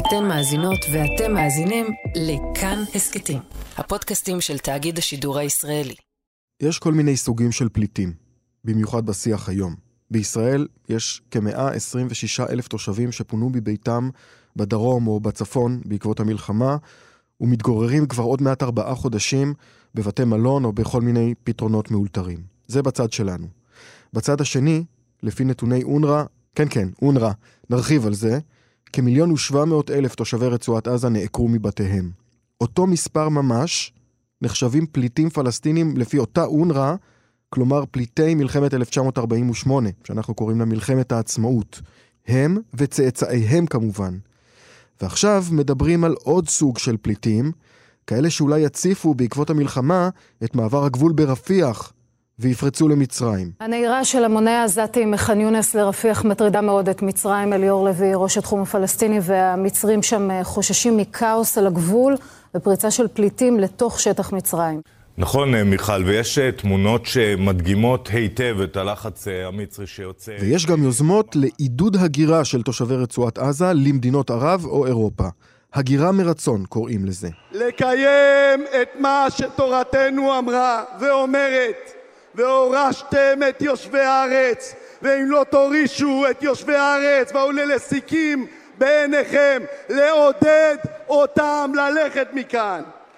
אתן מאזינות ואתם מאזינים לכאן הסקטים, הפודקאסטים של תאגיד השידור הישראלי. יש כל מיני סוגים של פליטים, במיוחד בשיח היום. בישראל יש כ-126,000 תושבים שפונו מביתם בדרום או בצפון בעקבות המלחמה, ומתגוררים כבר עוד מעט 4 חודשים בבתי מלון או בכל מיני פתרונות מאולתרים. זה בצד שלנו. בצד השני, לפי נתוני אונר"א, כן, אונר"א, נרחיב על זה, כ1,700,000 תושבי רצועת עזה נעקרו מבתיהם. אותו מספר ממש נחשבים פליטים פלסטינים לפי אותה אונר"א, כלומר פליטי מלחמת 1948, שאנחנו קוראים לה מלחמת העצמאות. הם וצאצאיהם כמובן. ועכשיו מדברים על עוד סוג של פליטים, כאלה שאולי יציפו בעקבות המלחמה את מעבר הגבול ברפיח, ויפרצו למצרים. הנהירה של המוני העזתים מח'אן יונס לרפיח מטרידה מאוד את מצרים. אליאור לוי, ראש התחום הפלסטיני, והמצרים שם חוששים מכאוס על הגבול ופריצה של פליטים לתוך שטח מצרים. נכון, מיכל, ויש תמונות שמדגימות היטב את הלחץ המצרי שיוצא. ויש גם יוזמות לעידוד הגירה של תושבי רצועת עזה למדינות ערב או אירופה. הגירה מרצון קוראים לזה. לקיים את מה שתורתנו אמרה ואומרת, והורשתם את יושבי הארץ, ואם לא תורישו את יושבי הארץ ועולה לסיכים בעיניכם, לעודד אותם ללכת מכאן.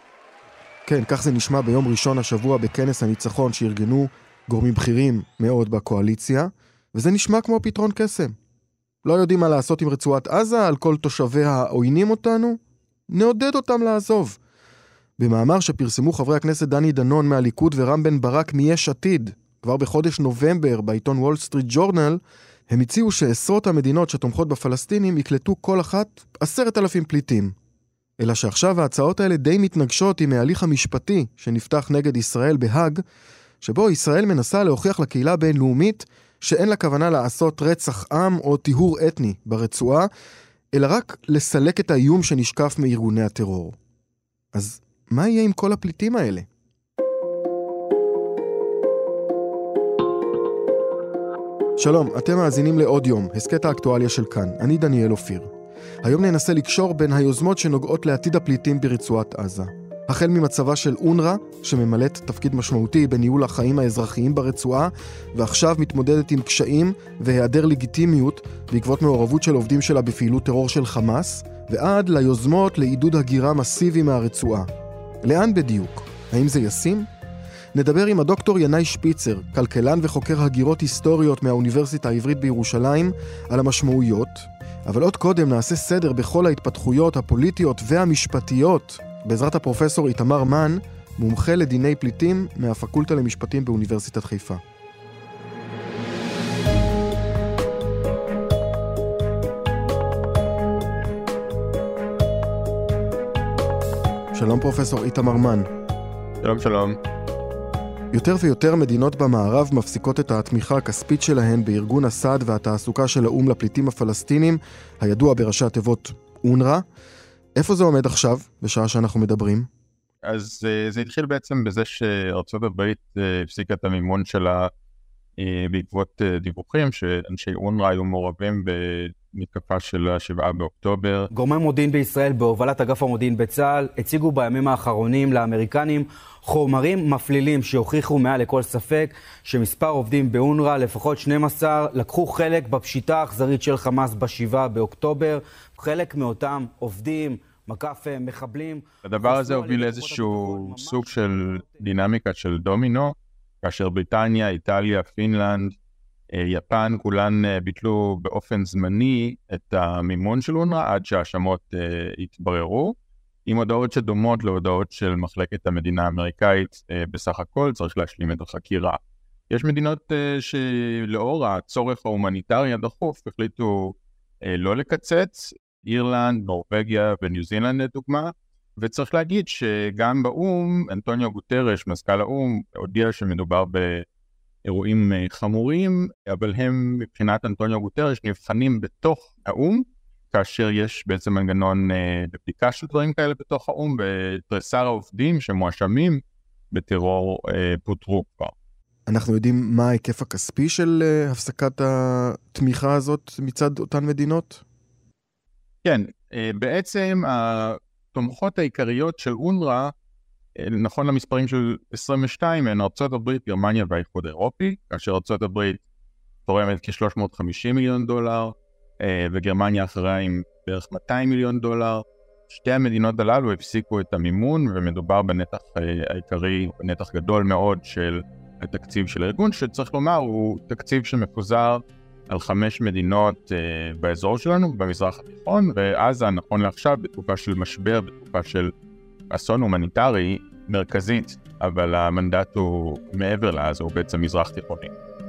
כן, כך זה נשמע ביום ראשון השבוע בכנס הניצחון שארגנו גורמים בכירים מאוד בקואליציה, וזה נשמע כמו פתרון קסם. לא יודעים מה לעשות עם רצועת עזה, על כל תושביה העוינים אותנו, נעודד אותם לעזוב. במאמר שפרסמו חברי הכנסת דני דנון מהליכוד ורם בן ברק מיש עתיד, כבר בחודש נובמבר בעיתון וול סטריט ג'ורנל, הם הציעו שעשרות המדינות שתומכות בפלסטינים יקלטו כל אחת 10,000 פליטים. אלא שעכשיו ההצעות האלה די מתנגשות עם ההליך המשפטי שנפתח נגד ישראל בהאג, שבו ישראל מנסה להוכיח לקהילה הבינלאומית שאין לה כוונה לעשות רצח עם או טיהור אתני ברצועה, אלא רק לסלק את האיום שנשקף מארגוני הטרור. אז מה יהיה עם כל הפליטים האלה? שלום, אתם מאזינים לעוד יום, הסקט האקטואליה של כאן. אני דניאל אופיר. היום ננסה לקשור בין היוזמות שנוגעות לעתיד הפליטים ברצועת עזה. החל ממצבה של אונר"א, שממלאת תפקיד משמעותי בניהול החיים האזרחיים ברצועה, ועכשיו מתמודדת עם קשיים והיעדר לגיטימיות בעקבות מעורבות של עובדים שלה בפעילות טרור של חמאס, ועד ליוזמות לעידוד הגירה מסיבי מהרצועה. לאן בדיוק? האם זה ישים? נדבר עם הדוקטור ינאי שפיצר, כלכלן וחוקר הגירות היסטוריות מהאוניברסיטה העברית בירושלים, על המשמעויות, אבל עוד קודם נעשה סדר בכל ההתפתחויות הפוליטיות והמשפטיות, בעזרת הפרופסור איתמר מן, מומחה לדיני פליטים מהפקולטה למשפטים באוניברסיטת חיפה. שלום פרופסור איתמר מן. שלום שלום. יותר ויותר מדינות במערב מפסיקות את התמיכה הכספית שלהן בארגון הסעד והתעסוקה של האו"ם לפליטים הפלסטינים, הידוע בראשי התיבות אונר"א. איפה זה עומד עכשיו, בשעה שאנחנו מדברים? אז זה התחיל בעצם בזה שארצות הברית הפסיקה את המימון שלה בעקבות דיווחים שאנשי אונר"א היו מעורבים במתקפה של 7 באוקטובר. גורמי מודיעין בישראל בהובלת אגף המודיעין בצה"ל הציגו בימים האחרונים לאמריקנים חומרים מפלילים שהוכיחו מעל לכל ספק שמספר עובדים באונר"א, לפחות 12, לקחו חלק בפשיטה האכזרית של חמאס ב7 באוקטובר. חלק מאותם עובדים, מקף מחבלים. הדבר הזה הוביל לאיזשהו סוג של דינמיקה של דומינו, כאשר בריטניה, איטליה, פינלנד, יפן, כולן ביטלו באופן זמני את המימון של אונר"א עד שהאשמות התבררו, עם הודעות שדומות להודעות של מחלקת המדינה האמריקאית. בסך הכל צריך להשלים את החקירה. יש מדינות שלאור הצורך ההומניטרי הדחוף החליטו לא לקצץ, אירלנד, נורווגיה וניו זילנד לדוגמה, וצריך להגיד שגם באו"ם, אנטוניו גוטרש, מזכ"ל האו"ם, הודיע שמדובר באירועים חמורים, אבל הם מבחינת אנטוניו גוטרש נבחנים בתוך האו"ם, כאשר יש בעצם מנגנון לבדיקה של דברים כאלה בתוך האו"ם, ותריסר העובדים שמואשמים בטרור פוטרו כבר. אנחנו יודעים מה ההיקף הכספי של הפסקת התמיכה הזאת מצד אותן מדינות? כן, בעצם התומכות העיקריות של אונר"א, נכון למספרים של 22, הן ארצות הברית, גרמניה והאיחוד האירופי, כאשר ארצות הברית תורמת כ$350 מיליון, וגרמניה אחריה עם בערך $200 מיליון. שתי המדינות הללו הפסיקו את המימון, ומדובר בנתח העיקרי, בנתח גדול מאוד של התקציב של הארגון, שצריך לומר הוא תקציב שמפוזר על 5 מדינות באזור שלנו, במזרח התיכון, ועזה נכון לעכשיו בתקופה של משבר, בתקופה של אסון הומניטרי מרכזית, אבל המנדט הוא מעבר לעזה, הוא בעצם מזרח תיכוני.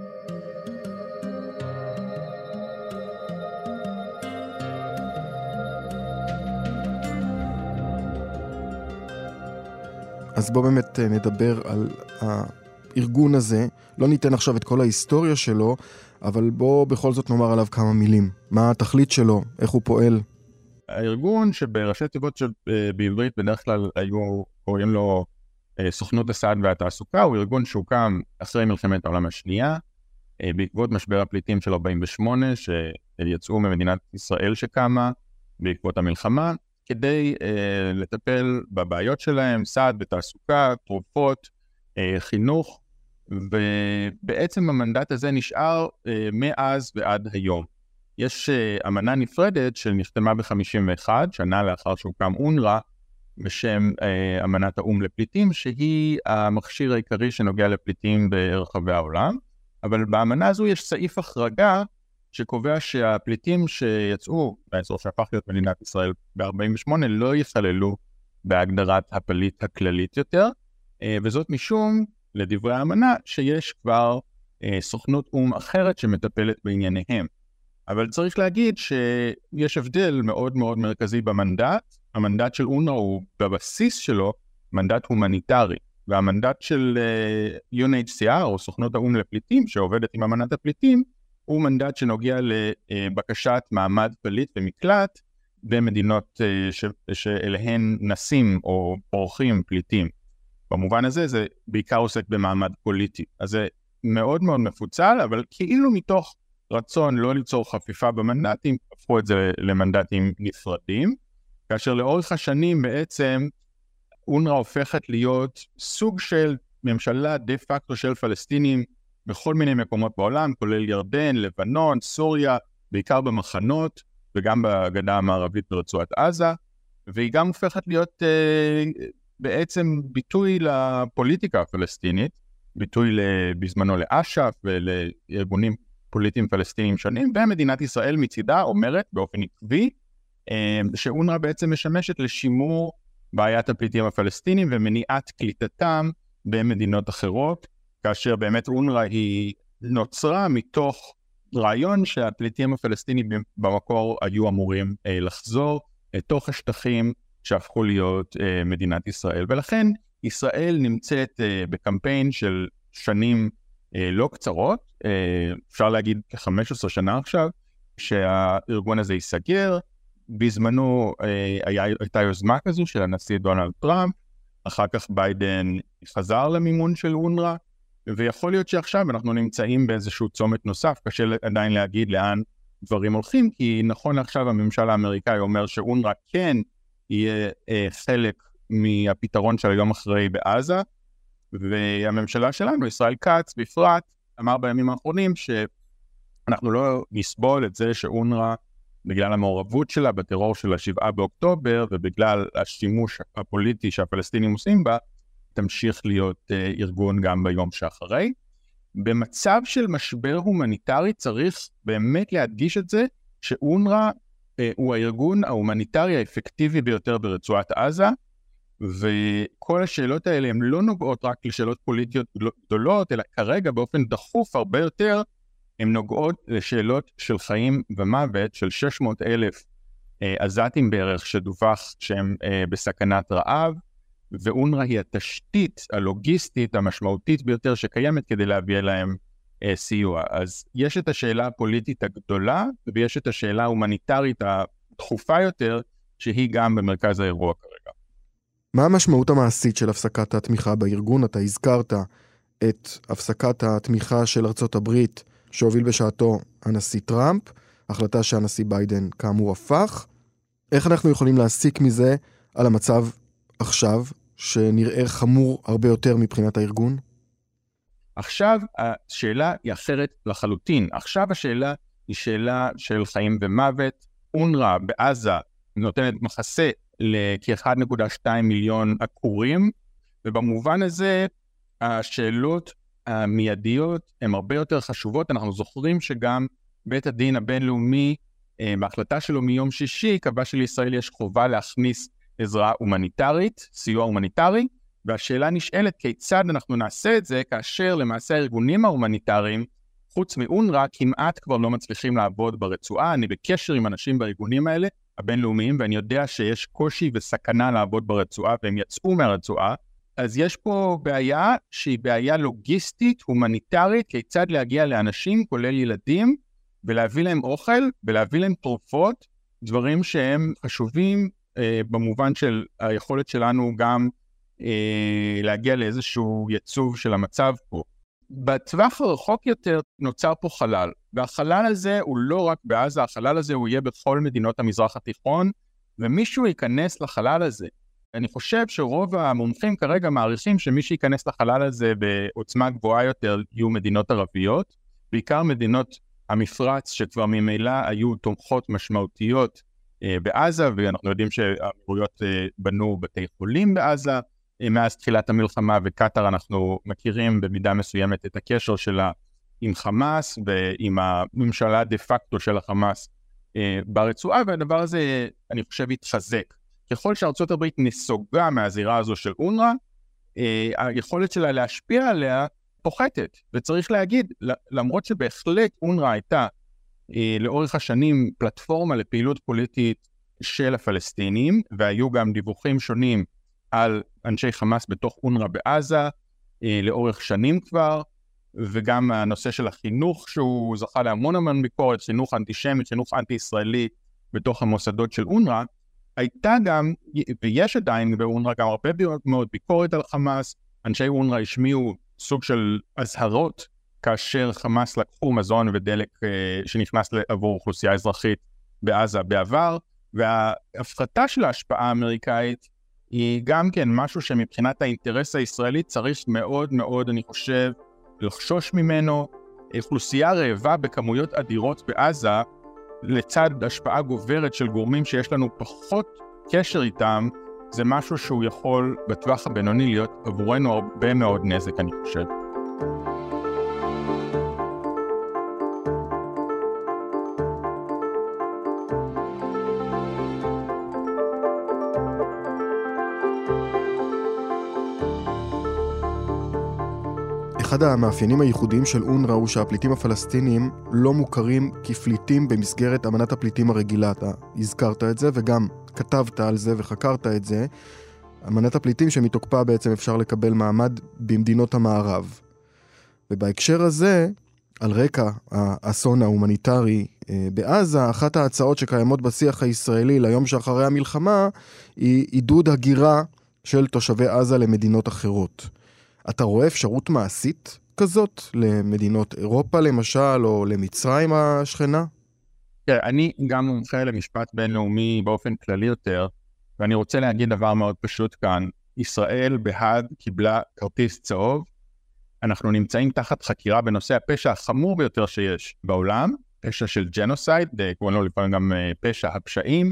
אז בוא באמת נדבר על הארגון הזה. לא ניתן עכשיו את כל ההיסטוריה שלו, אבל בוא בכל זאת נאמר עליו כמה מילים. מה התכלית שלו? איך הוא פועל? הארגון שבראשי תיבות בעברית בדרך כלל היו קוראים לו סוכנות הסעד והתעסוקה, הוא ארגון שהוקם אחרי מלחמת העולם השנייה, בעקבות משבר הפליטים של 48, שיצאו ממדינת ישראל שקמה בעקבות המלחמה, כדי לטפל בבעיות שלהם, סעד בתעסוקה, תרופות, חינוך, ובעצם המנדט הזה נשאר מאז ועד היום. יש אמנה נפרדת שנחתמה ב-51, שנה לאחר שהוקם אונר"א, בשם אמנת האום לפליטים, שהיא המכשיר העיקרי שנוגע לפליטים ברחבי העולם, אבל באמנה הזו יש סעיף החרגה, שקובע שהפליטים שיצאו באזור שהפך להיות מדינת ישראל ב-48 לא יכללו בהגדרת הפליט הכללית יותר, וזאת משום, לדברי האמנה, שיש כבר סוכנות אום אחרת שמטפלת בענייניהם. אבל צריך להגיד שיש הבדל מאוד מאוד מרכזי במנדט. המנדט של אונר"א הוא בבסיס שלו מנדט הומניטרי, והמנדט של UNHCR או סוכנות האום לפליטים שעובדת עם אמנת הפליטים, הוא מנדט שנוגע לבקשת מעמד פליט ומקלט במדינות שאליהן נסים או פורחים פליטים. במובן הזה זה בעיקר עוסק במעמד פוליטי. אז זה מאוד מאוד מפוצל, אבל כאילו מתוך רצון לא ליצור חפיפה במנדטים, הפכו את זה למנדטים נפרדים, כאשר לאורך השנים בעצם אונר"א הופכת להיות סוג של ממשלה דה פקטו של פלסטינים, בכל מיני מקומות בעולם, כולל ירדן, לבנון, סוריה, בעיקר במחנות, וגם בגדה המערבית ברצועת עזה, והיא גם הופכת להיות בעצם ביטוי לפוליטיקה הפלסטינית, ביטוי בזמנו לאש"ף ולארגונים פוליטיים פלסטיניים שונים, ומדינת ישראל מצידה אומרת באופן עקבי, שאונר"א בעצם משמשת לשימור בעיית הפליטים הפלסטינים ומניעת קליטתם במדינות אחרות, כאשר באמת אונר"א היא נוצרה מתוך רעיון שהפליטים הפלסטינים במקור היו אמורים לחזור לתוך השטחים שהפכו להיות מדינת ישראל. ולכן ישראל נמצאת בקמפיין של שנים לא קצרות, אפשר להגיד כ-15 שנה עכשיו, שהארגון הזה ייסגר. בזמנו הייתה יוזמה כזו של הנשיא דונלד טראמפ, אחר כך ביידן חזר למימון של אונר"א, ויכול להיות שעכשיו אנחנו נמצאים באיזשהו צומת נוסף, קשה עדיין להגיד לאן דברים הולכים, כי נכון עכשיו הממשל האמריקאי אומר שאונר"א כן יהיה חלק מהפתרון של היום אחרי בעזה, והממשלה שלנו, ישראל כץ בפרט, אמר בימים האחרונים שאנחנו לא נסבול את זה שאונר"א, בגלל המעורבות שלה בטרור של 7 באוקטובר, ובגלל השימוש הפוליטי שהפלסטינים עושים בה, תמשיך להיות ארגון גם ביום שאחרי. במצב של משבר הומניטרי צריך באמת להדגיש את זה, שאונר"א הוא הארגון ההומניטרי האפקטיבי ביותר ברצועת עזה, וכל השאלות האלה הן לא נוגעות רק לשאלות פוליטיות גדולות, אלא כרגע באופן דחוף הרבה יותר, הן נוגעות לשאלות של חיים ומוות של 600,000 עזתים בערך שדווח שהם בסכנת רעב, ואונר"א היא התשתית הלוגיסטית המשמעותית ביותר שקיימת כדי להביא להם סיוע. אז יש את השאלה הפוליטית הגדולה, ויש את השאלה ההומניטרית הדחופה יותר, שהיא גם במרכז האירוע כרגע. מה המשמעות המעשית של הפסקת התמיכה בארגון? אתה הזכרת את הפסקת התמיכה של ארצות הברית, שהוביל בשעתו הנשיא טראמפ, החלטה שהנשיא ביידן כאמור הפך. איך אנחנו יכולים להסיק מזה על המצב עכשיו, שנראה חמור הרבה יותר מבחינת הארגון? עכשיו השאלה היא אחרת לחלוטין. עכשיו השאלה היא שאלה של חיים ומוות. אונר"א בעזה נותנת מחסה לכ-1.2 מיליון עקורים, ובמובן הזה השאלות המיידיות הן הרבה יותר חשובות. אנחנו זוכרים שגם בית הדין הבינלאומי, בהחלטה שלו מיום שישי, קבע שלישראל יש חובה להכניס עזרה הומניטרית, סיוע הומניטרי, והשאלה נשאלת כיצד אנחנו נעשה את זה, כאשר למעשה הארגונים ההומניטריים, חוץ מאונר"א, כמעט כבר לא מצליחים לעבוד ברצועה. אני בקשר עם אנשים בארגונים האלה, הבינלאומיים, ואני יודע שיש קושי וסכנה לעבוד ברצועה, והם יצאו מהרצועה. אז יש פה בעיה שהיא בעיה לוגיסטית, הומניטרית, כיצד להגיע לאנשים, כולל ילדים, ולהביא להם אוכל, ולהביא להם תרופות, דברים שהם חשובים במובן של היכולת שלנו גם להגיע לאיזשהו ייצוב של המצב פה. בטווח הרחוק יותר נוצר פה חלל, והחלל הזה הוא לא רק בעזה, החלל הזה הוא יהיה בכל מדינות המזרח התיכון, ומישהו ייכנס לחלל הזה. אני חושב שרוב המומחים כרגע מעריכים שמי שייכנס לחלל הזה בעוצמה גבוהה יותר יהיו מדינות ערביות, בעיקר מדינות המפרץ שכבר ממילא היו תומכות משמעותיות בעזה, ואנחנו יודעים שהאמירויות בנו בתי חולים בעזה מאז תחילת המלחמה, וקטר אנחנו מכירים במידה מסוימת את הקשר שלה עם חמאס ועם הממשלה דה פקטו של החמאס ברצועה, והדבר הזה אני חושב יתחזק. ככל שארצות הברית נסוגה מהזירה הזו של אונר"א, היכולת שלה להשפיע עליה פוחתת, וצריך להגיד, למרות שבהחלט אונר"א הייתה לאורך השנים פלטפורמה לפעילות פוליטית של הפלסטינים, והיו גם דיווחים שונים על אנשי חמאס בתוך אונר"א בעזה לאורך שנים כבר, וגם הנושא של החינוך שהוא זכה להמון ביקורת, חינוך אנטישמי, חינוך אנטי-ישראלי בתוך המוסדות של אונר"א, הייתה גם, ויש עדיין באונר"א גם הרבה מאוד ביקורת על חמאס. אנשי אונר"א השמיעו סוג של הזהרות כאשר חמאס לקחו מזון ודלק שנכנס עבור אוכלוסייה אזרחית בעזה בעבר, וההפחתה של ההשפעה האמריקאית היא גם כן משהו שמבחינת האינטרס הישראלי צריך מאוד מאוד, אני חושב, לחשוש ממנו. אוכלוסייה רעבה בכמויות אדירות בעזה, לצד השפעה גוברת של גורמים שיש לנו פחות קשר איתם, זה משהו שהוא יכול בטווח הבינוני להיות עבורנו הרבה מאוד נזק, אני חושב. אחד המאפיינים הייחודיים של אונר"א הוא שהפליטים הפלסטינים לא מוכרים כפליטים במסגרת אמנת הפליטים הרגילה. אתה הזכרת את זה וגם כתבת על זה וחקרת את זה. אמנת הפליטים שמתוקפה בעצם אפשר לקבל מעמד במדינות המערב. ובהקשר הזה, על רקע האסון ההומניטרי בעזה, אחת ההצעות שקיימות בשיח הישראלי ליום שאחרי המלחמה היא עידוד הגירה של תושבי עזה למדינות אחרות. אתה רואה אפשרות מעשית כזאת למדינות אירופה למשל, או למצרים השכנה? אני גם מומחה למשפט בינלאומי באופן כללי יותר, ואני רוצה להגיד דבר מאוד פשוט כאן. ישראל בהאג קיבלה כרטיס צהוב, אנחנו נמצאים תחת חקירה בנושא הפשע החמור ביותר שיש בעולם, פשע של ג'נוסייד, קוראים לו לפעמים גם פשע הפשעים,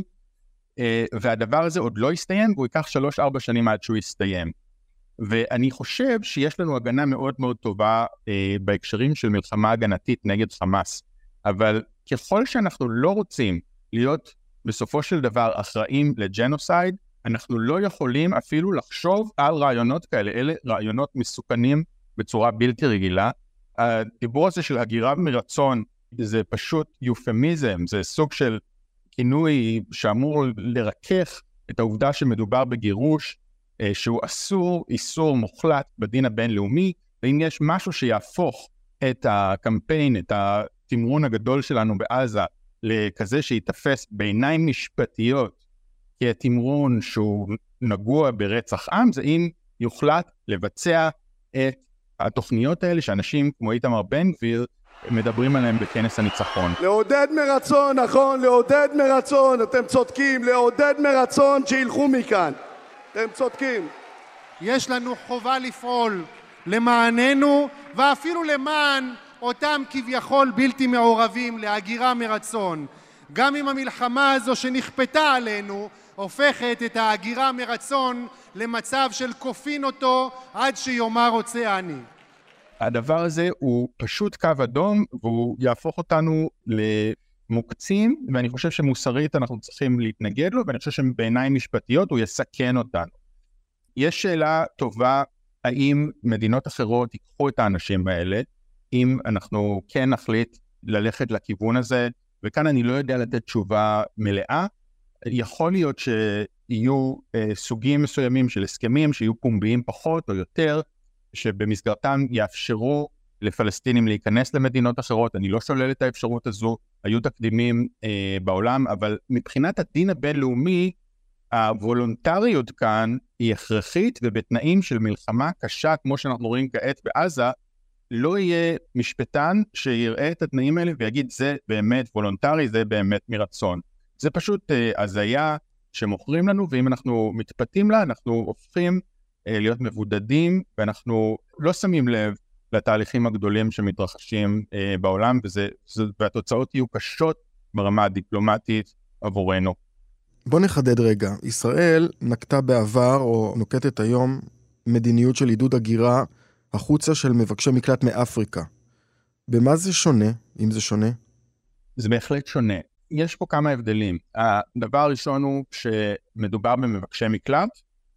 והדבר הזה עוד לא הסתיים, והוא ייקח 3-4 שנים עד שהוא יסתיים. ואני חושב שיש לנו הגנה מאוד מאוד טובה בהקשרים של מלחמה הגנתית נגד חמאס, אבל ככל שאנחנו לא רוצים להיות בסופו של דבר אחראים לג'נוסייד, אנחנו לא יכולים אפילו לחשוב על רעיונות כאלה. אלה רעיונות מסוכנים בצורה בלתי רגילה. הדיבור הזה של הגירה מרצון זה פשוט יופמיזם, זה סוג של כינוי שאמור לרכך את העובדה שמדובר בגירוש, שהוא אסור, איסור מוחלט בדין הבינלאומי, ואם יש משהו שיהפוך את הקמפיין, את התמרון הגדול שלנו בעזה, לכזה שיתפס בעיניים משפטיות, כתמרון שהוא נגוע ברצח עם, זה אם יוחלט לבצע את התוכניות האלה, שאנשים כמו איתמר בן גביר מדברים עליהם בכנס הניצחון. לעודד מרצון, נכון, לעודד מרצון, אתם צודקים, לעודד מרצון שילכו מכאן. אתם צודקים. יש לנו חובה לפעול למעננו ואפילו למען אותם כביכול בלתי מעורבים להגירה מרצון. גם אם המלחמה הזו שנכפתה עלינו הופכת את ההגירה מרצון למצב של כופין אותו עד שיאמר רוצה אני. הדבר הזה הוא פשוט קו אדום, והוא יהפוך אותנו למוקצים, ואני חושב שמוסרית אנחנו צריכים להתנגד לו, ואני חושב שבעיניים משפטיות הוא יסכן אותנו. יש שאלה טובה, האם מדינות אחרות ייקחו את האנשים האלה, אם אנחנו כן נחליט ללכת לכיוון הזה, וכאן אני לא יודע לתת תשובה מלאה. יכול להיות שיהיו סוגים מסוימים של הסכמים, שיהיו פומביים פחות או יותר, שבמסגרתם יאפשרו לפלסטינים להיכנס למדינות אחרות. אני לא שולל את האפשרות הזו, היו תקדימים בעולם, אבל מבחינת הדין הבינלאומי, הוולונטריות כאן היא הכרחית, ובתנאים של מלחמה קשה, כמו שאנחנו רואים כעת בעזה, לא יהיה משפטן שיראה את התנאים האלה ויגיד זה באמת וולונטרי, זה באמת מרצון. זה פשוט הזיה שמוכרים לנו, ואם אנחנו מתפתים לה, אנחנו הופכים להיות מבודדים, ואנחנו לא שמים לב לתהליכים הגדולים שמתרחשים בעולם, והתוצאות יהיו קשות ברמה הדיפלומטית עבורנו. בוא נחדד רגע. ישראל נקטה בעבר, או נוקטת היום, מדיניות של עידוד הגירה החוצה של מבקשי מקלט מאפריקה. במה זה שונה, אם זה שונה? זה בהחלט שונה. יש פה כמה הבדלים. הדבר הראשון הוא שמדובר במבקשי מקלט,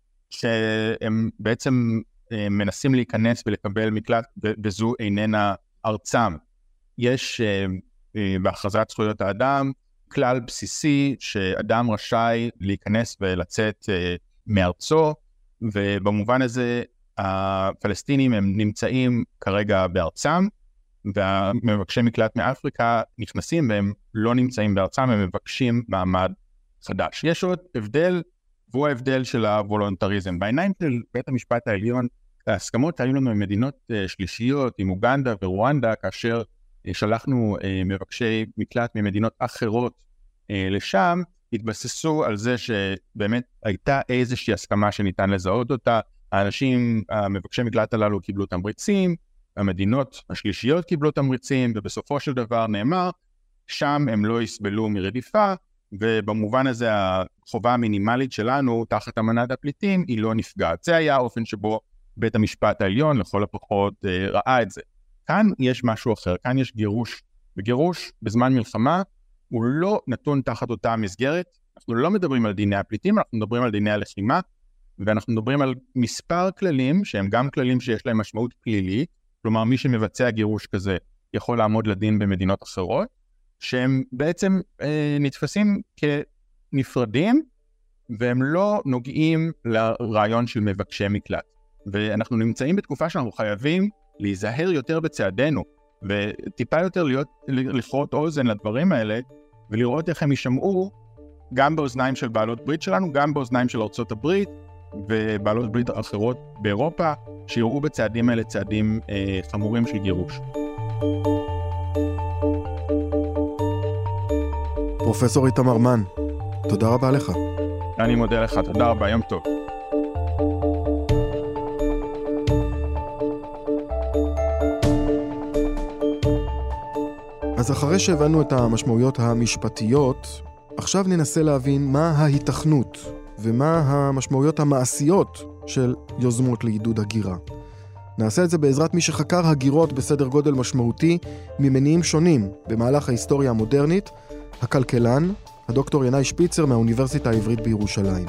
שהם בעצם מנסים להיכנס ולקבל מקלט, וזו איננה ארצם. יש בהכרזת זכויות האדם כלל בסיסי שאדם רשאי להיכנס ולצאת מארצו, ובמובן הזה הפלסטינים הם נמצאים כרגע בארצם, והמבקשי מקלט מאפריקה נכנסים והם לא נמצאים בארצם, הם מבקשים מעמד חדש. יש עוד הבדל, והוא ההבדל של הוולונטריזם. בעיניים של בית המשפט העליון, ההסכמות היו לנו עם מדינות שלישיות, עם אוגנדה ורואנדה, כאשר שלחנו מבקשי מקלט ממדינות אחרות לשם, התבססו על זה שבאמת הייתה איזושהי הסכמה שניתן לזהות אותה. האנשים, המבקשי מקלט הללו קיבלו תמריצים, המדינות השלישיות קיבלו תמריצים, ובסופו של דבר נאמר, שם הם לא יסבלו מרדיפה, ובמובן הזה החובה המינימלית שלנו תחת אמנת הפליטים היא לא נפגעת. זה היה האופן שבו בית המשפט העליון לכל הפחות ראה את זה. כאן יש משהו אחר, כאן יש גירוש, וגירוש בזמן מלחמה הוא לא נתון תחת אותה מסגרת. אנחנו לא מדברים על דיני הפליטים, אנחנו מדברים על דיני הלחימה, ואנחנו מדברים על מספר כללים שהם גם כללים שיש להם משמעות פלילית, כלומר מי שמבצע גירוש כזה יכול לעמוד לדין במדינות אחרות, שהם בעצם נתפסים כנפרדים, והם לא נוגעים לרעיון של מבקשי מקלט. ואנחנו נמצאים בתקופה שאנחנו חייבים להיזהר יותר בצעדינו, וטיפה יותר לכרות אוזן לדברים האלה, ולראות איך הם יישמעו גם באוזניים של בעלות ברית שלנו, גם באוזניים של ארצות הברית, ובעלות ברית אחרות באירופה, שיראו בצעדים האלה צעדים חמורים של גירוש. פרופסור איתמר מן, תודה רבה לך. אני מודה לך, תודה רבה, יום טוב. אז אחרי שהבנו את המשמעויות המשפטיות, עכשיו ננסה להבין מה ההיתכנות ומה המשמעויות המעשיות של יוזמות לעידוד הגירה. נעשה את זה בעזרת מי שחקר הגירות בסדר גודל משמעותי ממניעים שונים במהלך ההיסטוריה המודרנית, הכלכלן, הדוקטור ינאי שפיצר מהאוניברסיטה העברית בירושלים.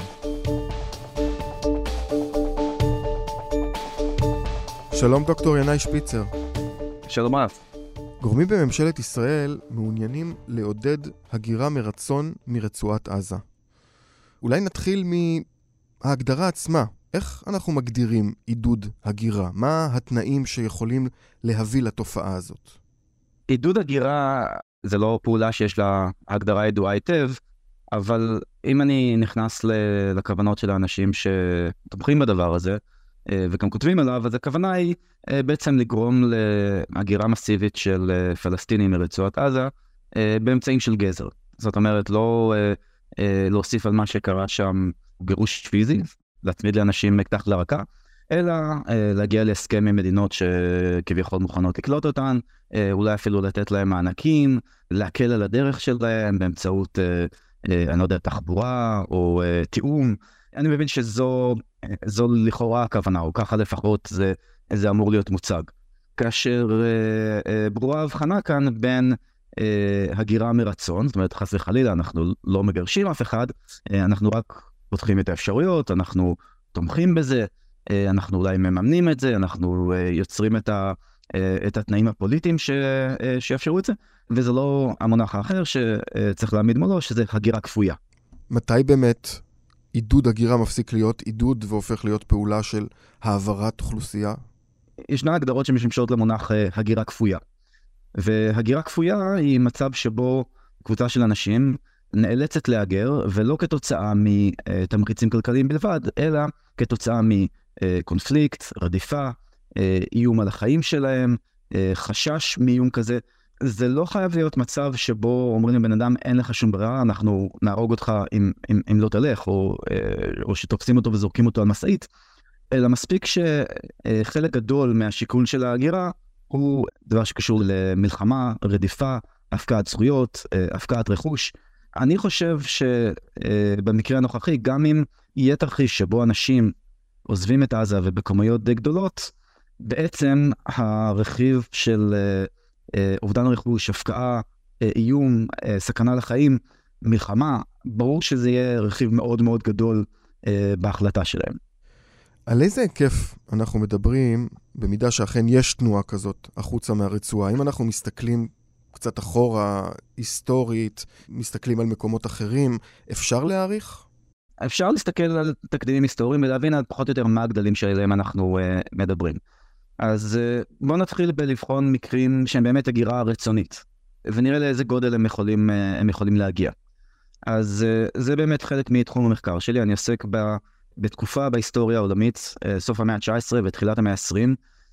שלום דוקטור ינאי שפיצר. שלום רב. גורמים בממשלת ישראל מעוניינים לעודד הגירה מרצון מרצועת עזה. אולי נתחיל מההגדרה עצמה. איך אנחנו מגדירים עידוד הגירה? מה התנאים שיכולים להביא לתופעה הזאת? עידוד הגירה זה לא פעולה שיש לה הגדרה ידועה היטב, אבל אם אני נכנס לכוונות של האנשים שתומכים בדבר הזה, וגם כותבים עליו, אז הכוונה היא בעצם לגרום להגירה מסיבית של פלסטינים מרצועת עזה באמצעים של גזר. זאת אומרת, לא להוסיף על מה שקרה שם גירוש פיזי, להצמיד לאנשים מקדח לרקה, אלא להגיע להסכם עם מדינות שכביכול מוכנות לקלוט אותן, אולי אפילו לתת להם מענקים, להקל על הדרך שלהם באמצעות, אני לא יודע, תחבורה או תיאום. אני מבין שזו לכאורה הכוונה, או ככה לפחות זה אמור להיות מוצג. כאשר ברורה הבחנה כאן בין הגירה מרצון, זאת אומרת חס וחלילה, אנחנו לא מגרשים אף אחד, אנחנו רק פותחים את האפשרויות, אנחנו תומכים בזה, אנחנו אולי מממנים את זה, אנחנו יוצרים את התנאים הפוליטיים שיאפשרו את זה, וזה לא המונח האחר שצריך להעמיד מולו, שזה הגירה כפויה. מתי באמת עידוד הגירה מפסיק להיות עידוד והופך להיות פעולה של העברת אוכלוסייה? ישנה הגדרות שמשמשות למונח הגירה כפויה. והגירה כפויה היא מצב שבו קבוצה של אנשים נאלצת להגר, ולא כתוצאה מתמריצים כלכליים בלבד, אלא כתוצאה מקונפליקט, רדיפה, איום על החיים שלהם, חשש מאיום כזה. זה לא חייב להיות מצב שבו אומרים לבן אדם, אין לך שום ברירה, אנחנו נהרוג אותך אם לא תלך, או שתופסים אותו וזורקים אותו על מסעית, אלא מספיק שחלק גדול מהשיקול של ההגירה, הוא דבר שקשור למלחמה, רדיפה, הפקעת זכויות, הפקעת רכוש. אני חושב שבמקרה הנוכחי, גם אם יהיה תרחיש שבו אנשים עוזבים את עזה ובכמויות די גדולות, בעצם הרכיב של אובדן רכוש, הפקעה, איום, סכנה לחיים, מלחמה, ברור שזה יהיה רכיב מאוד מאוד גדול בהחלטה שלהם. על איזה היקף אנחנו מדברים במידה שאכן יש תנועה כזאת החוצה מהרצועה? אם אנחנו מסתכלים קצת אחורה, היסטורית, מסתכלים על מקומות אחרים, אפשר להעריך? אפשר להסתכל על תקדימים היסטוריים ולהבין עד פחות או יותר מה הגדלים שעליהם אנחנו מדברים. אז בואו נתחיל בלבחון מקרים שהם באמת הגירה רצונית, ונראה לאיזה גודל הם יכולים להגיע. אז זה באמת חלק מתחום המחקר שלי, אני עוסק בתקופה בהיסטוריה העולמית, סוף המאה ה-19 ותחילת המאה ה-20,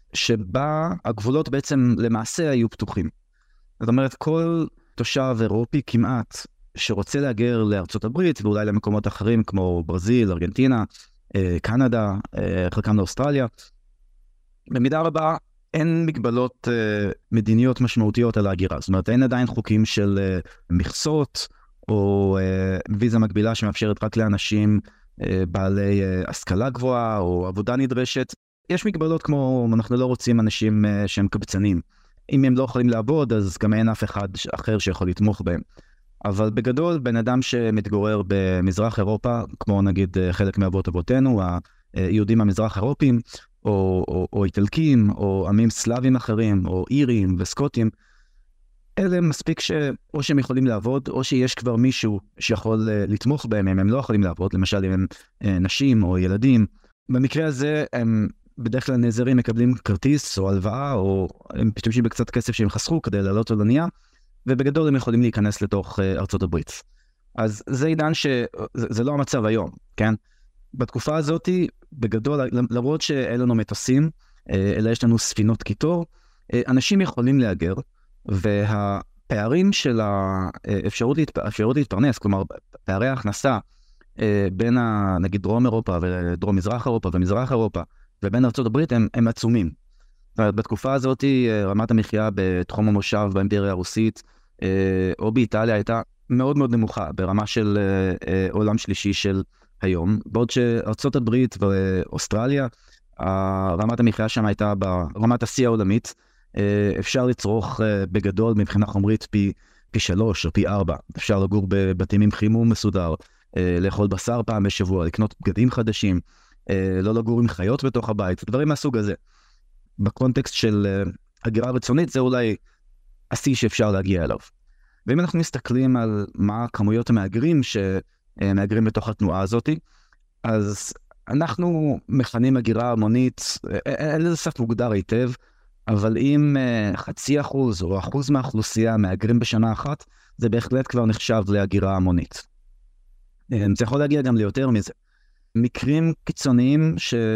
שבה הגבולות בעצם למעשה היו פתוחים. זאת אומרת, כל תושב אירופי כמעט שרוצה להגר לארצות הברית, ואולי למקומות אחרים כמו ברזיל, ארגנטינה, קנדה, חלקם לאוסטרליה, במידה רבה אין מגבלות מדיניות משמעותיות על ההגירה. זאת אומרת, אין עדיין חוקים של מכסות, או ויזה מקבילה שמאפשרת רק לאנשים בעלי השכלה גבוהה, או עבודה נדרשת. יש מגבלות כמו, אנחנו לא רוצים אנשים שהם קבצנים. אם הם לא יכולים לעבוד, אז גם אין אף אחד אחר שיכול לתמוך בהם. אבל בגדול, בן אדם שמתגורר במזרח אירופה, כמו נגיד חלק מאבות אבותינו, היהודים המזרח אירופיים, או איטלקים, או עמים סלאבים אחרים, או אירים וסקוטים, אלה מספיק או שהם יכולים לעבוד, או שיש כבר מישהו שיכול לתמוך בהם, הם לא יכולים לעבוד, למשל אם הם נשים או ילדים. במקרה הזה הם בדרך כלל נעזרים, מקבלים כרטיס או הלוואה, או הם משתמשים בקצת כסף שהם חסכו כדי לעלות על אונייה, ובגדול הם יכולים להיכנס לתוך ארצות הברית. אז זה עידן שזה לא המצב היום, כן? בתקופה הזאת, בגדול, למרות שאין לנו מטוסים, אלא יש לנו ספינות קיטור, אנשים יכולים להגר, והפערים של האפשרות להתפרנס, כלומר, פערי ההכנסה בין נגיד דרום אירופה ודרום מזרח אירופה ומזרח אירופה, ובין ארצות הברית הם עצומים. בתקופה הזאת, רמת המחיה בתחום המושב באימפריה הרוסית, או באיטליה, הייתה מאוד מאוד נמוכה, ברמה של עולם שלישי של היום, בעוד שארצות הברית ואוסטרליה, רמת המחיה שם הייתה ברמת השיא העולמית, אפשר לצרוך בגדול מבחינה חומרית פי 3 או פי 4, אפשר לגור בבתים עם חימום מסודר, לאכול בשר פעם בשבוע, לקנות בגדים חדשים, לא לגור עם חיות בתוך הבית, דברים מהסוג הזה. בקונטקסט של הגירה רצונית, זה אולי השיא שאפשר להגיע אליו. ואם אנחנו מסתכלים על מה כמויות המהגרים שמהגרים בתוך התנועה הזאת, אז אנחנו מכנים הגירה המונית, אין לזה סף מוגדר היטב, אבל אם 0.5% או 1% מהאוכלוסייה מהגרים בשנה אחת, זה בהחלט כבר נחשב להגירה המונית. זה יכול להגיע גם ליותר מזה. מקרים קיצוניים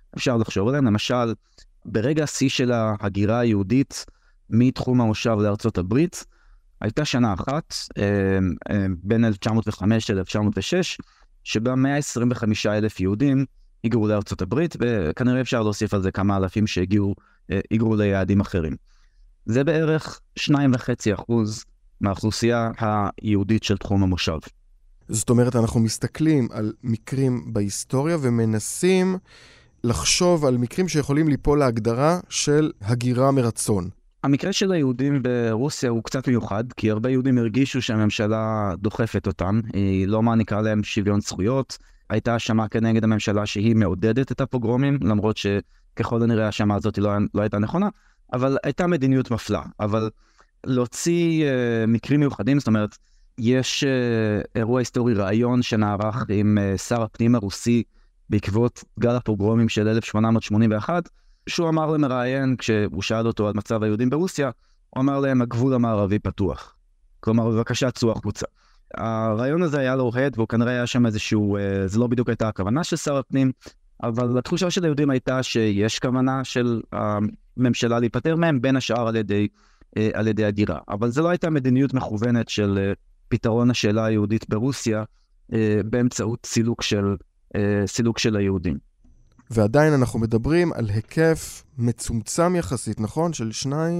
אפשר לחשוב עליהם. למשל, ברגע השיא של ההגירה היהודית מתחום המושב לארצות הברית, הייתה שנה אחת, בין 1905 ל-1906, שבה 125,000 יהודים היגרו לארצות הברית, וכנראה אפשר להוסיף על זה כמה אלפים שהיגרו ליעדים אחרים. זה בערך 2.5% מהאוכלוסייה היהודית של תחום המושב. זאת אומרת, אנחנו מסתכלים על מקרים בהיסטוריה ומנסים לחשוב על מקרים שיכולים ליפול להגדרה של הגירה מרצון. המקרה של היהודים ברוסיה הוא קצת מיוחד, כי הרבה יהודים הרגישו שהממשלה דוחפת אותם, היא לא מעניקה להם שוויון זכויות, הייתה האשמה כנגד הממשלה שהיא מעודדת את הפוגרומים, למרות שככל הנראה האשמה הזאת לא הייתה נכונה, אבל הייתה מדיניות מפלה. אבל להוציא מקרים מיוחדים, זאת אומרת, יש אירוע היסטורי רעיון שנערך עם שר הפנים הרוסי בעקבות גל הפוגרומים של 1881, שהוא אמר למראיין, כשהוא שאל אותו על מצב היהודים ברוסיה, הוא אמר להם, הגבול המערבי פתוח. כלומר, בבקשה צאו החוצה. הרעיון הזה היה להורד, והוא כנראה היה שם איזשהו, זה לא בדיוק הייתה הכוונה של שר הפנים, אבל התחושה של היהודים הייתה שיש כוונה של הממשלה להיפטר מהם, בין השאר על ידי הגירה. אבל זו לא הייתה מדיניות מכוונת של פתרון השאלה היהודית ברוסיה, באמצעות סילוק של היהודים. ועדיין אנחנו מדברים על היקף מצומצם יחסית, נכון? של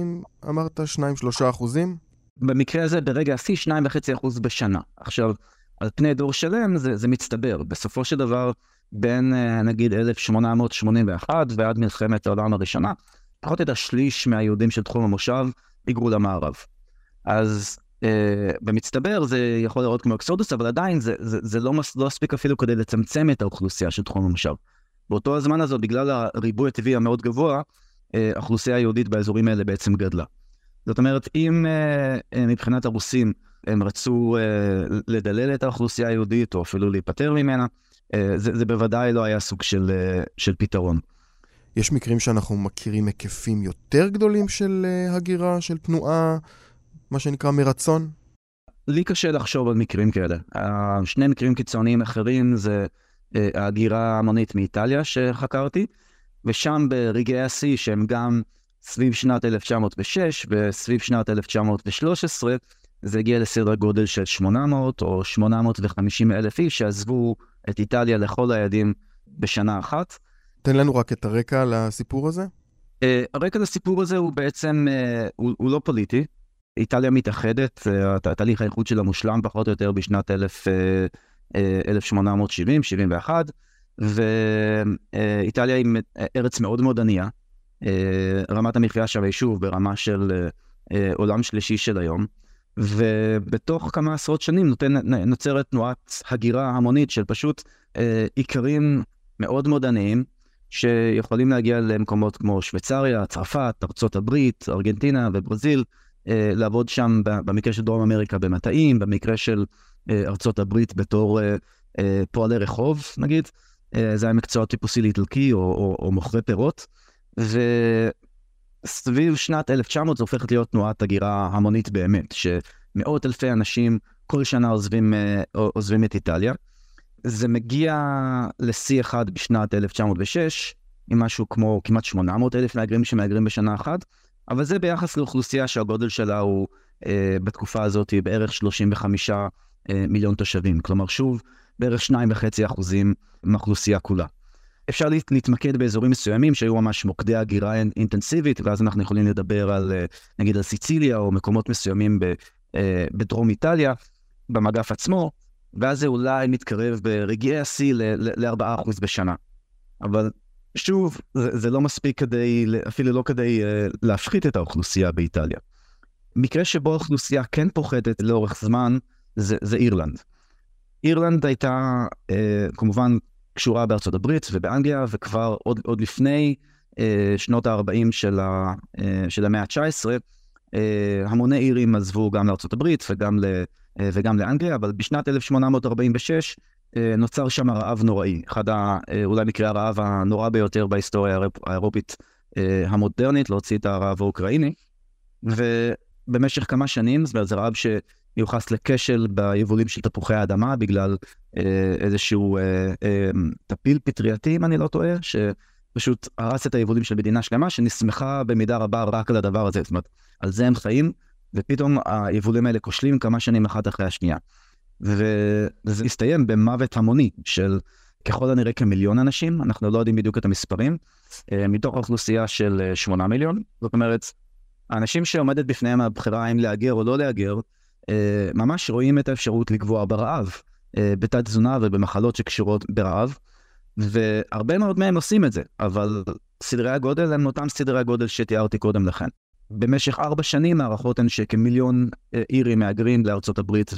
2-3%? במקרה הזה, ברגע השיא, 2.5% בשנה. עכשיו, על פני דור שלם זה מצטבר. בסופו של דבר, בין נגיד 1881 ועד מלחמת העולם הראשונה, פחות או יותר שליש מהיהודים של תחום המושב היגרו למערב. אז במצטבר זה יכול לראות כמו אקסודוס, אבל עדיין זה לא מספיק אפילו כדי לצמצם את האוכלוסייה של תחום המושב. באותו הזמן הזה, בגלל הריבוי הטבעי המאוד גבוה, האוכלוסייה היהודית באזורים האלה בעצם גדלה. זאת אומרת, אם מבחינת הרוסים הם רצו לדלל את האוכלוסייה היהודית, או אפילו להיפטר ממנה, זה בוודאי לא היה סוג של פתרון. יש מקרים שאנחנו מכירים היקפים יותר גדולים של הגירה, של תנועה, מה שנקרא מרצון? לי קשה לחשוב על מקרים כאלה. שני מקרים קיצוניים אחרים זה ההגירה המונית מאיטליה שחקרתי, ושם ברגעי השיא שהם גם סביב שנת 1906 וסביב שנת 1913, זה הגיע לסדר גודל של 800 או 850 אלף איש שעזבו את איטליה לכל היעדים בשנה אחת. תן לנו רק את הרקע לסיפור הזה. הרקע לסיפור הזה הוא בעצם, הוא לא פוליטי. איטליה מתאחדת, התהליך האיחוד שלה מושלם פחות או יותר בשנת 1870-71, ואיטליה היא ארץ מאוד מאוד ענייה. רמת המחיה של היישוב ברמה של עולם שלישי של היום, ובתוך כמה עשרות שנים נוצרת תנועת הגירה המונית של פשוט עיקרים מאוד מאוד עניים, שיכולים להגיע למקומות כמו שוויצריה, צרפת, ארצות הברית, ארגנטינה וברזיל, לעבוד שם במקרה של דרום אמריקה במטעים, במקרה של ארצות הברית בתור פועלי רחוב, נגיד. זה היה מקצוע טיפוסי לאיטלקי או מוכרי פירות. וסביב שנת 1900 זה הופכת להיות תנועת הגירה המונית באמת, שמאות אלפי אנשים כל שנה עוזבים את איטליה. זה מגיע לשיא אחד בשנת 1906, עם משהו כמו כמעט 800,000 מהגרים שמהגרים בשנה אחת, אבל זה ביחס לאוכלוסייה שהגודל שלה הוא בתקופה הזאת בערך 35 מיליון תושבים. כלומר, שוב, בערך 2.5% מהאוכלוסייה כולה. אפשר להתמקד באזורים מסוימים שהיו ממש מוקדי הגירה אינטנסיבית, ואז אנחנו יכולים לדבר על, נגיד, על סיציליה או מקומות מסוימים בדרום איטליה, במגף עצמו, ואז זה אולי מתקרב ברגעי השיא ל-4% בשנה. אבל שוב, זה לא מספיק כדי, אפילו לא כדי להפחית את האוכלוסייה באיטליה. מקרה שבו האוכלוסייה כן פוחתת לאורך זמן, זה אירלנד. אירלנד הייתה כמובן קשורה בארצות הברית ובאנגליה, וכבר עוד לפני שנות ה-40 של המאה ה-19, המוני אירים עזבו גם לארצות הברית וגם לאנגליה, אבל בשנת 1846 נוצר שם רעב נוראי, אולי מקרה הרעב הנורא ביותר בהיסטוריה האירופית המודרנית, להוציא את הרעב האוקראיני, ובמשך כמה שנים, זאת אומרת, זה רעב שמיוחס לכשל ביבולים של תפוחי האדמה, בגלל איזשהו טפיל פטרייתי, אם אני לא טועה, פשוט הרס את היבולים של מדינה שלמה, שנסמכה במידה רבה רק על הדבר הזה. זאת אומרת, על זה הם חיים, ופתאום היבולים האלה כושלים כמה שנים אחת אחרי השנייה. וזה הסתיים במוות המוני של ככל הנראה כמיליון אנשים, אנחנו לא יודעים בדיוק את המספרים, מתוך האוכלוסייה של 8 מיליון. זאת אומרת, האנשים שעומדת בפניהם הבחירה האם להגר או לא להגר, ממש רואים את האפשרות לגבוע ברעב, בתת תזונה ובמחלות שקשורות ברעב, והרבה מאוד מהם עושים את זה, אבל סדרי הגודל הם אותם סדרי הגודל שתיארתי קודם לכן. במשך 4 שנים הערכות הן שכמיליון אירים מהגרים לארצות הברית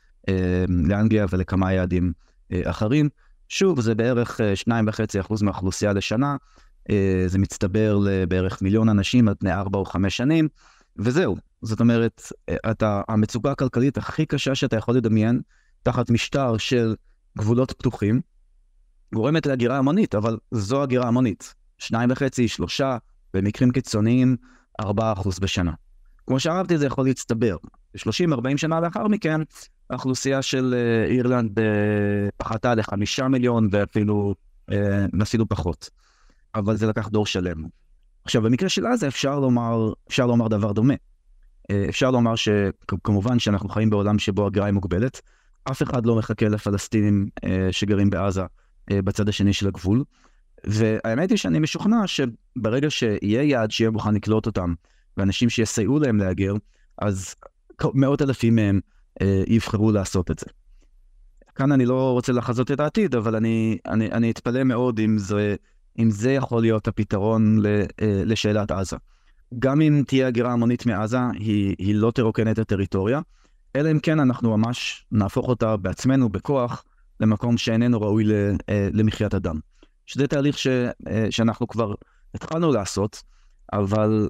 ולאנגליה ולכמה יעדים אחרים. שוב, זה בערך 2.5% מהאוכלוסייה לשנה, זה מצטבר לבערך מיליון אנשים על פני 4 או 5 שנים, וזהו. זאת אומרת, המצוקה הכלכלית הכי קשה שאתה יכול לדמיין, תחת משטר של גבולות פתוחים, גורמת להגירה המונית, אבל זו הגירה המונית. 2.5, 3, במקרים קיצוניים, 4% בשנה. כמו שאמרתי, זה יכול להצטבר. 30-40 שנה לאחר מכן, האוכלוסייה של אירלנד פחתה ל5 מיליון, ואפילו פחות. אבל זה לקח דור שלם. עכשיו, במקרה של עזה אפשר לומר דבר דומה. אפשר לומר שכמובן שאנחנו חיים בעולם שבו הגירה היא מוגבלת, אף אחד לא מחכה לפלסטינים שגרים בעזה בצד השני של הגבול, והאמת היא שאני משוכנע שברגע שיהיה יעד שיהיה מוכן לקלוט אותם, ואנשים שיסייעו להם להגר, אז 100,000 מהם יבחרו לעשות את זה. כאן אני לא רוצה לחזות את העתיד, אבל אני אתפלא מאוד אם זה יכול להיות הפתרון לשאלת עזה. גם אם תהיה הגירה המונית מעזה, היא לא תרוקן את הטריטוריה, אלא אם כן אנחנו ממש נהפוך אותה בעצמנו בכוח למקום שאיננו ראוי למחיית אדם. שזה תהליך שאנחנו כבר התחלנו לעשות, אבל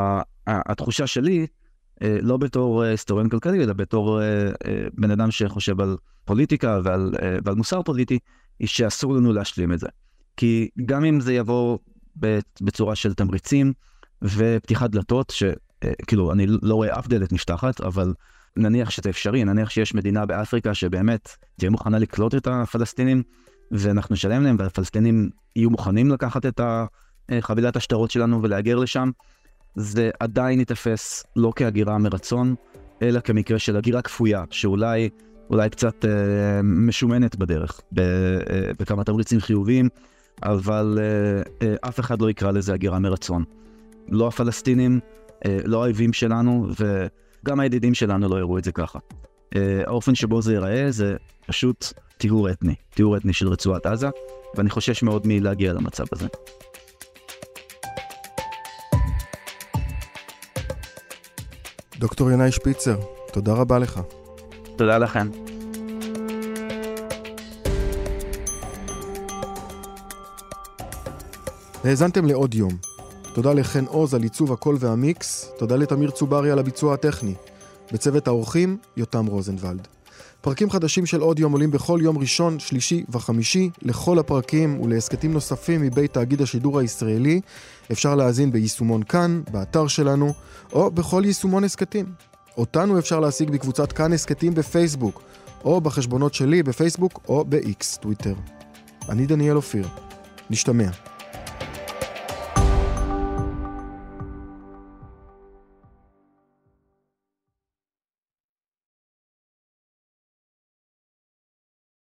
התחושה שלי, לא בתור היסטוריון כלכלי, אלא בתור בן אדם שחושב על פוליטיקה ועל מוסר פוליטי, היא שאסור לנו להשלים את זה. כי גם אם זה יבוא בצורה של תמריצים ופתיחת דלתות, שכאילו אני לא רואה אף דלת נפתחת, אבל נניח שזה אפשרי, נניח שיש מדינה באפריקה שבאמת תהיה מוכנה לקלוט את הפלסטינים, ואנחנו נשלם להם, והפלסטינים יהיו מוכנים לקחת את חבילת השטרות שלנו ולהגר לשם, זה עדיין יתפס לא כהגירה מרצון, אלא כמקרה של הגירה כפויה, שאולי קצת משומנת בדרך, בכמה תמריצים חיוביים, אבל אף אחד לא יקרא לזה הגירה מרצון. לא הפלסטינים, לא האויבים שלנו, וגם הידידים שלנו לא יראו את זה ככה. האופן שבו זה ייראה זה פשוט טיהור אתני של רצועת עזה, ואני חושש מאוד מלהגיע למצב הזה. דוקטור ינאי שפיצר, תודה רבה לך. תודה לכם. האזנתם לעוד יום. תודה לחן עוז על עיצוב הקול והמיקס, תודה לתמיר צוברי על הביצוע הטכני. בצוות האורחים, יותם רוזנבלד. פרקים חדשים של עוד יום עולים בכל יום ראשון, שלישי וחמישי. לכל הפרקים ולהסקטים נוספים מבית תאגיד השידור הישראלי אפשר להאזין ביישומון כאן, באתר שלנו, או בכל יישומון הסקטים. אותנו אפשר להשיג בקבוצת כאן הסקטים בפייסבוק, או בחשבונות שלי בפייסבוק או ב-X, טוויטר. אני דניאל אופיר. נשתמע.